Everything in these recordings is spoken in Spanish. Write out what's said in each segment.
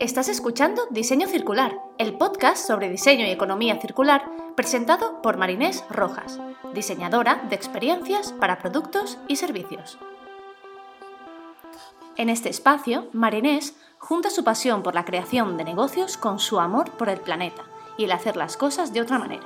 Estás escuchando Diseño Circular, el podcast sobre diseño y economía circular presentado por Marinés Rojas, diseñadora de experiencias para productos y servicios. En este espacio, Marinés junta su pasión por la creación de negocios con su amor por el planeta y el hacer las cosas de otra manera.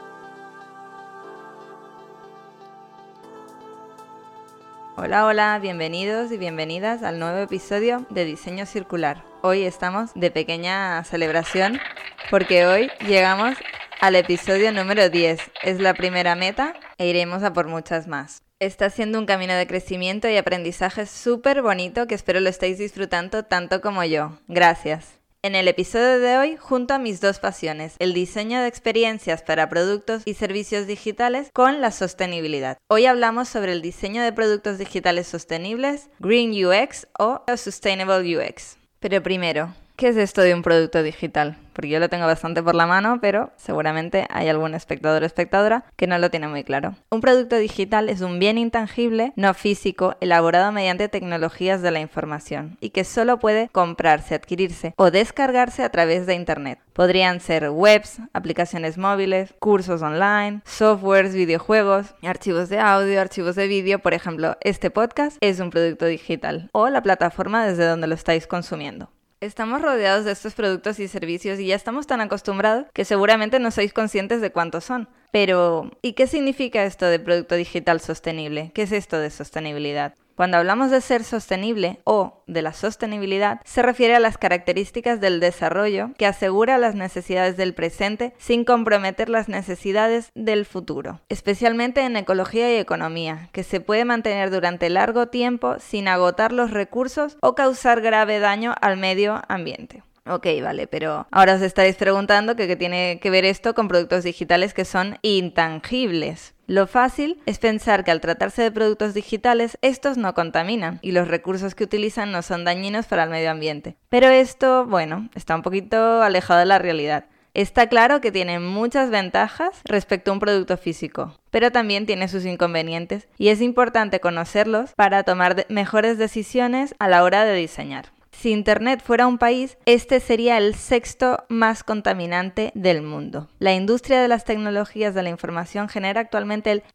Hola, bienvenidos y bienvenidas al nuevo episodio de Diseño Circular. Hoy estamos de pequeña celebración porque hoy llegamos al episodio número 10. Es la primera meta e iremos a por muchas más. Está siendo un camino de crecimiento y aprendizaje súper bonito que espero lo estéis disfrutando tanto como yo. Gracias. En el episodio de hoy, junto a mis dos pasiones, el diseño de experiencias para productos y servicios digitales con la sostenibilidad. Hoy hablamos sobre el diseño de productos digitales sostenibles, Green UX o Sustainable UX. Pero primero, ¿qué es esto de un producto digital? Porque yo lo tengo bastante por la mano, pero seguramente hay algún espectador o espectadora que no lo tiene muy claro. Un producto digital es un bien intangible, no físico, elaborado mediante tecnologías de la información y que solo puede comprarse, adquirirse o descargarse a través de Internet. Podrían ser webs, aplicaciones móviles, cursos online, softwares, videojuegos, archivos de audio, archivos de vídeo. Por ejemplo, este podcast es un producto digital o la plataforma desde donde lo estáis consumiendo. Estamos rodeados de estos productos y servicios y ya estamos tan acostumbrados que seguramente no sois conscientes de cuántos son. Pero, ¿y qué significa esto de producto digital sostenible? ¿Qué es esto de sostenibilidad? Cuando hablamos de ser sostenible o de la sostenibilidad, se refiere a las características del desarrollo que asegura las necesidades del presente sin comprometer las necesidades del futuro, especialmente en ecología y economía, que se puede mantener durante largo tiempo sin agotar los recursos o causar grave daño al medio ambiente. Ok, vale, pero ahora os estaréis preguntando qué tiene que ver esto con productos digitales que son intangibles. Lo fácil es pensar que al tratarse de productos digitales, estos no contaminan y los recursos que utilizan no son dañinos para el medio ambiente. Pero esto, está un poquito alejado de la realidad. Está claro que tiene muchas ventajas respecto a un producto físico, pero también tiene sus inconvenientes y es importante conocerlos para tomar mejores decisiones a la hora de diseñar. Si Internet fuera un país, este sería el sexto más contaminante del mundo. La industria de las tecnologías de la información genera actualmente el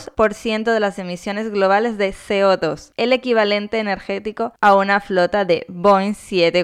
2% de las emisiones globales de CO2, el equivalente energético a una flota de Boeing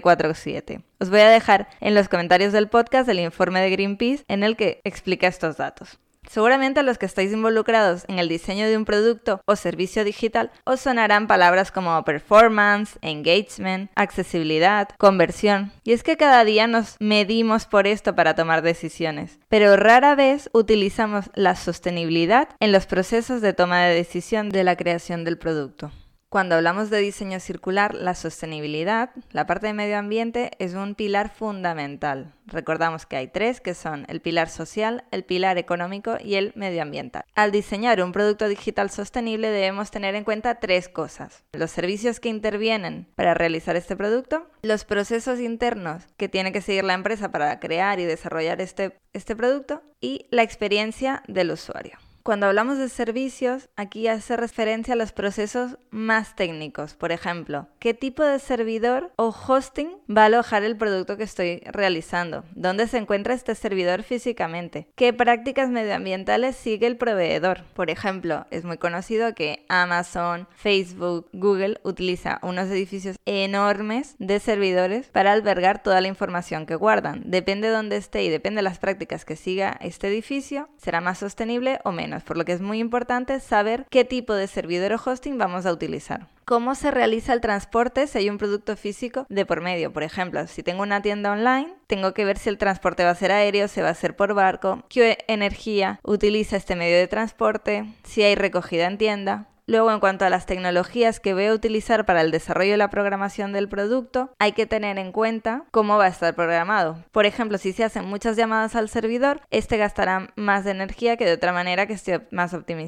747. Os voy a dejar en los comentarios del podcast el informe de Greenpeace en el que explica estos datos. Seguramente a los que estáis involucrados en el diseño de un producto o servicio digital os sonarán palabras como performance, engagement, accesibilidad, conversión. Y es que cada día nos medimos por esto para tomar decisiones, pero rara vez utilizamos la sostenibilidad en los procesos de toma de decisión de la creación del producto. Cuando hablamos de diseño circular, la sostenibilidad, la parte de medio ambiente, es un pilar fundamental. Recordamos que hay tres, que son el pilar social, el pilar económico y el medioambiental. Al diseñar un producto digital sostenible debemos tener en cuenta tres cosas: los servicios que intervienen para realizar este producto, los procesos internos que tiene que seguir la empresa para crear y desarrollar este producto y la experiencia del usuario. Cuando hablamos de servicios, aquí hace referencia a los procesos más técnicos. Por ejemplo, ¿qué tipo de servidor o hosting va a alojar el producto que estoy realizando? ¿Dónde se encuentra este servidor físicamente? ¿Qué prácticas medioambientales sigue el proveedor? Por ejemplo, es muy conocido que Amazon, Facebook, Google utiliza unos edificios enormes de servidores para albergar toda la información que guardan. Depende de dónde esté y depende de las prácticas que siga este edificio, será más sostenible o menos. Por lo que es muy importante saber qué tipo de servidor o hosting vamos a utilizar. ¿Cómo se realiza el transporte si hay un producto físico de por medio? Por ejemplo, si tengo una tienda online, tengo que ver si el transporte va a ser aéreo, si va a ser por barco, qué energía utiliza este medio de transporte, si hay recogida en tienda. Luego, en cuanto a las tecnologías que voy a utilizar para el desarrollo y la programación del producto, hay que tener en cuenta cómo va a estar programado. Por ejemplo, si se hacen muchas llamadas al servidor, este gastará más de energía que de otra manera que esté más optimizada.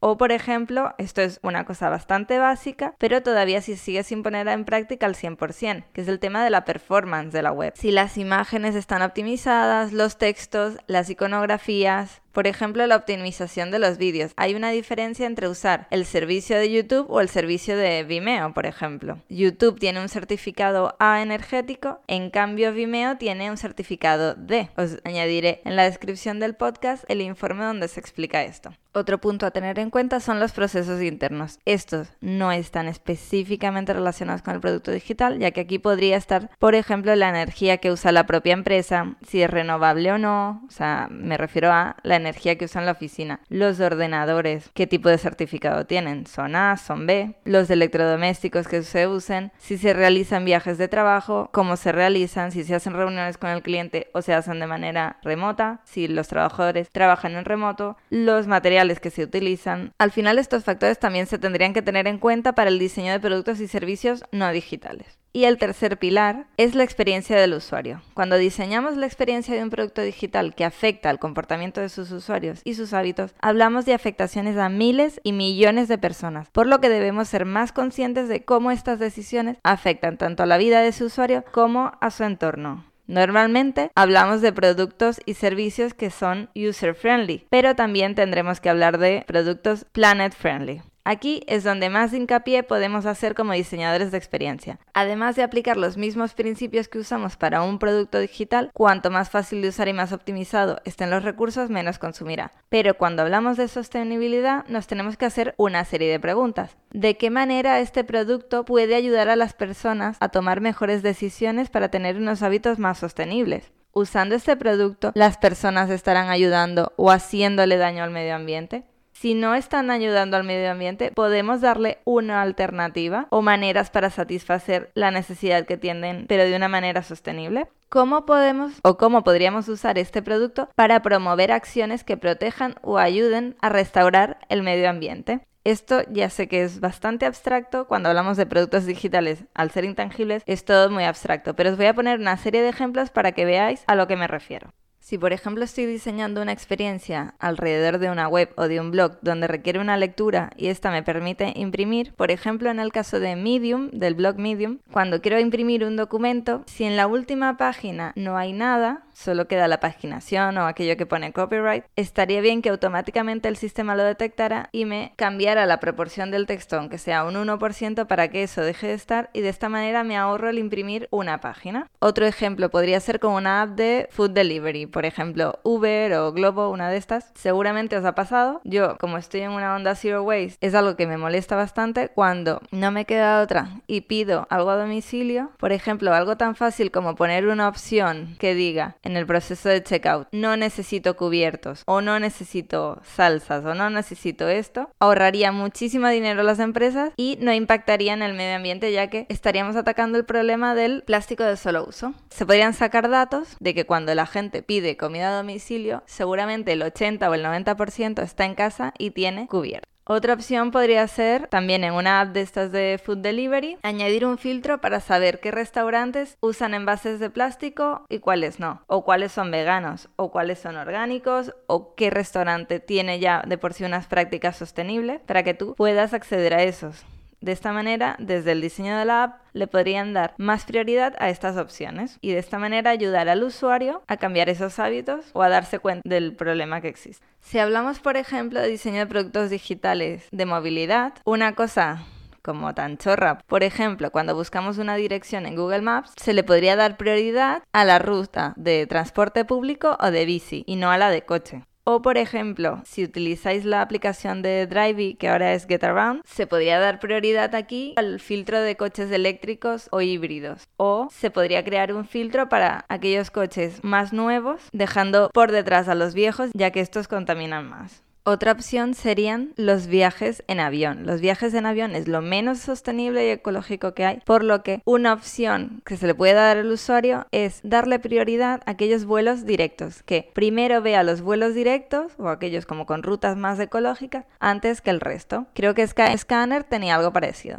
O por ejemplo, esto es una cosa bastante básica, pero todavía se sigue sin poner en práctica al 100%, que es el tema de la performance de la web. Si las imágenes están optimizadas, los textos, las iconografías. Por ejemplo, la optimización de los vídeos. Hay una diferencia entre usar el servicio de YouTube o el servicio de Vimeo, por ejemplo. YouTube tiene un certificado A energético, en cambio Vimeo tiene un certificado D. Os añadiré en la descripción del podcast el informe donde se explica esto. Otro punto a tener en cuenta son los procesos internos. Estos no están específicamente relacionados con el producto digital, ya que aquí podría estar, por ejemplo, la energía que usa la propia empresa, si es renovable o no, o sea, me refiero a la energía que usa en la oficina, los ordenadores, qué tipo de certificado tienen, son A, son B, los electrodomésticos que se usen, si se realizan viajes de trabajo, cómo se realizan, si se hacen reuniones con el cliente o se hacen de manera remota, si los trabajadores trabajan en remoto, los materiales que se utilizan. Al final, estos factores también se tendrían que tener en cuenta para el diseño de productos y servicios no digitales. Y el tercer pilar es la experiencia del usuario. Cuando diseñamos la experiencia de un producto digital que afecta al comportamiento de sus usuarios y sus hábitos, hablamos de afectaciones a miles y millones de personas, por lo que debemos ser más conscientes de cómo estas decisiones afectan tanto a la vida de su usuario como a su entorno. Normalmente hablamos de productos y servicios que son user-friendly, pero también tendremos que hablar de productos planet-friendly. Aquí es donde más hincapié podemos hacer como diseñadores de experiencia. Además de aplicar los mismos principios que usamos para un producto digital, cuanto más fácil de usar y más optimizado estén los recursos, menos consumirá. Pero cuando hablamos de sostenibilidad, nos tenemos que hacer una serie de preguntas. ¿De qué manera este producto puede ayudar a las personas a tomar mejores decisiones para tener unos hábitos más sostenibles? Usando este producto, ¿las personas estarán ayudando o haciéndole daño al medio ambiente? Si no están ayudando al medio ambiente, podemos darle una alternativa o maneras para satisfacer la necesidad que tienen, pero de una manera sostenible. ¿Cómo podríamos usar este producto para promover acciones que protejan o ayuden a restaurar el medio ambiente? Esto ya sé que es bastante abstracto, cuando hablamos de productos digitales, al ser intangibles, es todo muy abstracto, pero os voy a poner una serie de ejemplos para que veáis a lo que me refiero. Si por ejemplo estoy diseñando una experiencia alrededor de una web o de un blog donde requiere una lectura y esta me permite imprimir, por ejemplo en el caso de Medium, del blog Medium, cuando quiero imprimir un documento, si en la última página no hay nada, solo queda la paginación o aquello que pone copyright, estaría bien que automáticamente el sistema lo detectara y me cambiara la proporción del texto, aunque sea un 1%, para que eso deje de estar, y de esta manera me ahorro el imprimir una página. Otro ejemplo podría ser con una app de food delivery, por ejemplo Uber o Globo, una de estas. Seguramente os ha pasado. Yo, como estoy en una onda Zero Waste, es algo que me molesta bastante cuando no me queda otra y pido algo a domicilio. Por ejemplo, algo tan fácil como poner una opción que diga en el proceso de checkout: no necesito cubiertos, o no necesito salsas, o no necesito esto. Ahorraría muchísimo dinero a las empresas y no impactaría en el medio ambiente, ya que estaríamos atacando el problema del plástico de solo uso. Se podrían sacar datos de que cuando la gente pide comida a domicilio, seguramente el 80 o el 90% está en casa y tiene cubierto. Otra opción podría ser, también en una app de estas de food delivery, añadir un filtro para saber qué restaurantes usan envases de plástico y cuáles no, o cuáles son veganos, o cuáles son orgánicos, o qué restaurante tiene ya de por sí unas prácticas sostenibles, para que tú puedas acceder a esos. De esta manera, desde el diseño de la app, le podrían dar más prioridad a estas opciones y de esta manera ayudar al usuario a cambiar esos hábitos o a darse cuenta del problema que existe. Si hablamos, por ejemplo, de diseño de productos digitales de movilidad, una cosa como tan chorra, por ejemplo, cuando buscamos una dirección en Google Maps, se le podría dar prioridad a la ruta de transporte público o de bici y no a la de coche. O, por ejemplo, si utilizáis la aplicación de Drivey, que ahora es GetAround, se podría dar prioridad aquí al filtro de coches eléctricos o híbridos. O se podría crear un filtro para aquellos coches más nuevos, dejando por detrás a los viejos, ya que estos contaminan más. Otra opción serían los viajes en avión. Los viajes en avión es lo menos sostenible y ecológico que hay, por lo que una opción que se le puede dar al usuario es darle prioridad a aquellos vuelos directos, que primero vea los vuelos directos o aquellos como con rutas más ecológicas antes que el resto. Creo que Skyscanner tenía algo parecido.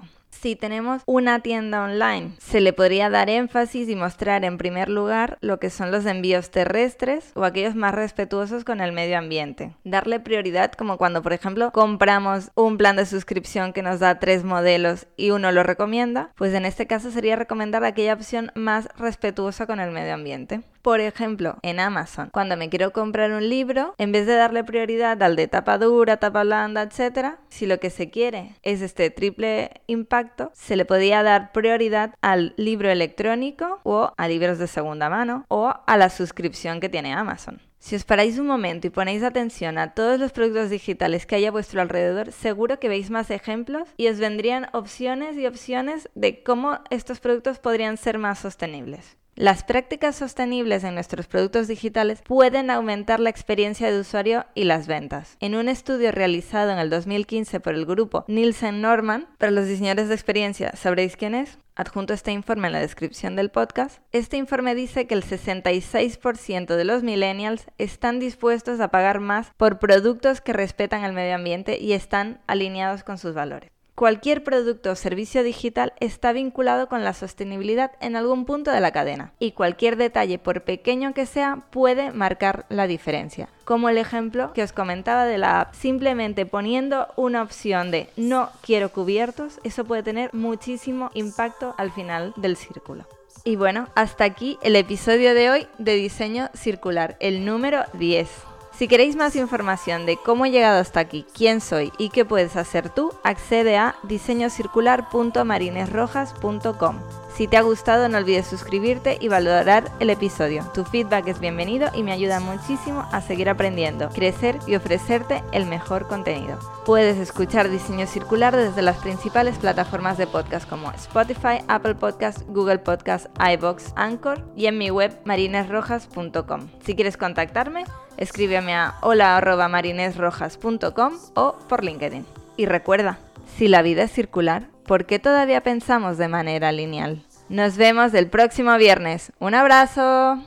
Si tenemos una tienda online, se le podría dar énfasis y mostrar en primer lugar lo que son los envíos terrestres o aquellos más respetuosos con el medio ambiente. Darle prioridad como cuando, por ejemplo, compramos un plan de suscripción que nos da 3 modelos y uno lo recomienda, pues en este caso sería recomendar aquella opción más respetuosa con el medio ambiente. Por ejemplo, en Amazon, cuando me quiero comprar un libro, en vez de darle prioridad al de tapa dura, tapa blanda, etc., si lo que se quiere es este triple impacto, se le podría dar prioridad al libro electrónico o a libros de segunda mano o a la suscripción que tiene Amazon. Si os paráis un momento y ponéis atención a todos los productos digitales que hay a vuestro alrededor, seguro que veis más ejemplos y os vendrían opciones y opciones de cómo estos productos podrían ser más sostenibles. Las prácticas sostenibles en nuestros productos digitales pueden aumentar la experiencia de usuario y las ventas. En un estudio realizado en el 2015 por el grupo Nielsen Norman, para los diseñadores de experiencia sabréis quién es, adjunto este informe en la descripción del podcast, este informe dice que el 66% de los millennials están dispuestos a pagar más por productos que respetan el medio ambiente y están alineados con sus valores. Cualquier producto o servicio digital está vinculado con la sostenibilidad en algún punto de la cadena y cualquier detalle, por pequeño que sea, puede marcar la diferencia. Como el ejemplo que os comentaba de la app, simplemente poniendo una opción de no quiero cubiertos, eso puede tener muchísimo impacto al final del círculo. Y bueno, hasta aquí el episodio de hoy de Diseño Circular, el número 10. Si queréis más información de cómo he llegado hasta aquí, quién soy y qué puedes hacer tú, accede a diseñocircular.marinesrojas.com. Si te ha gustado, no olvides suscribirte y valorar el episodio. Tu feedback es bienvenido y me ayuda muchísimo a seguir aprendiendo, crecer y ofrecerte el mejor contenido. Puedes escuchar Diseño Circular desde las principales plataformas de podcast como Spotify, Apple Podcasts, Google Podcasts, iVoox, Anchor y en mi web marinesrojas.com. Si quieres contactarme, escríbeme a hola@marinesrojas.com o por LinkedIn. Y recuerda, si la vida es circular, ¿por qué todavía pensamos de manera lineal? Nos vemos el próximo viernes. ¡Un abrazo!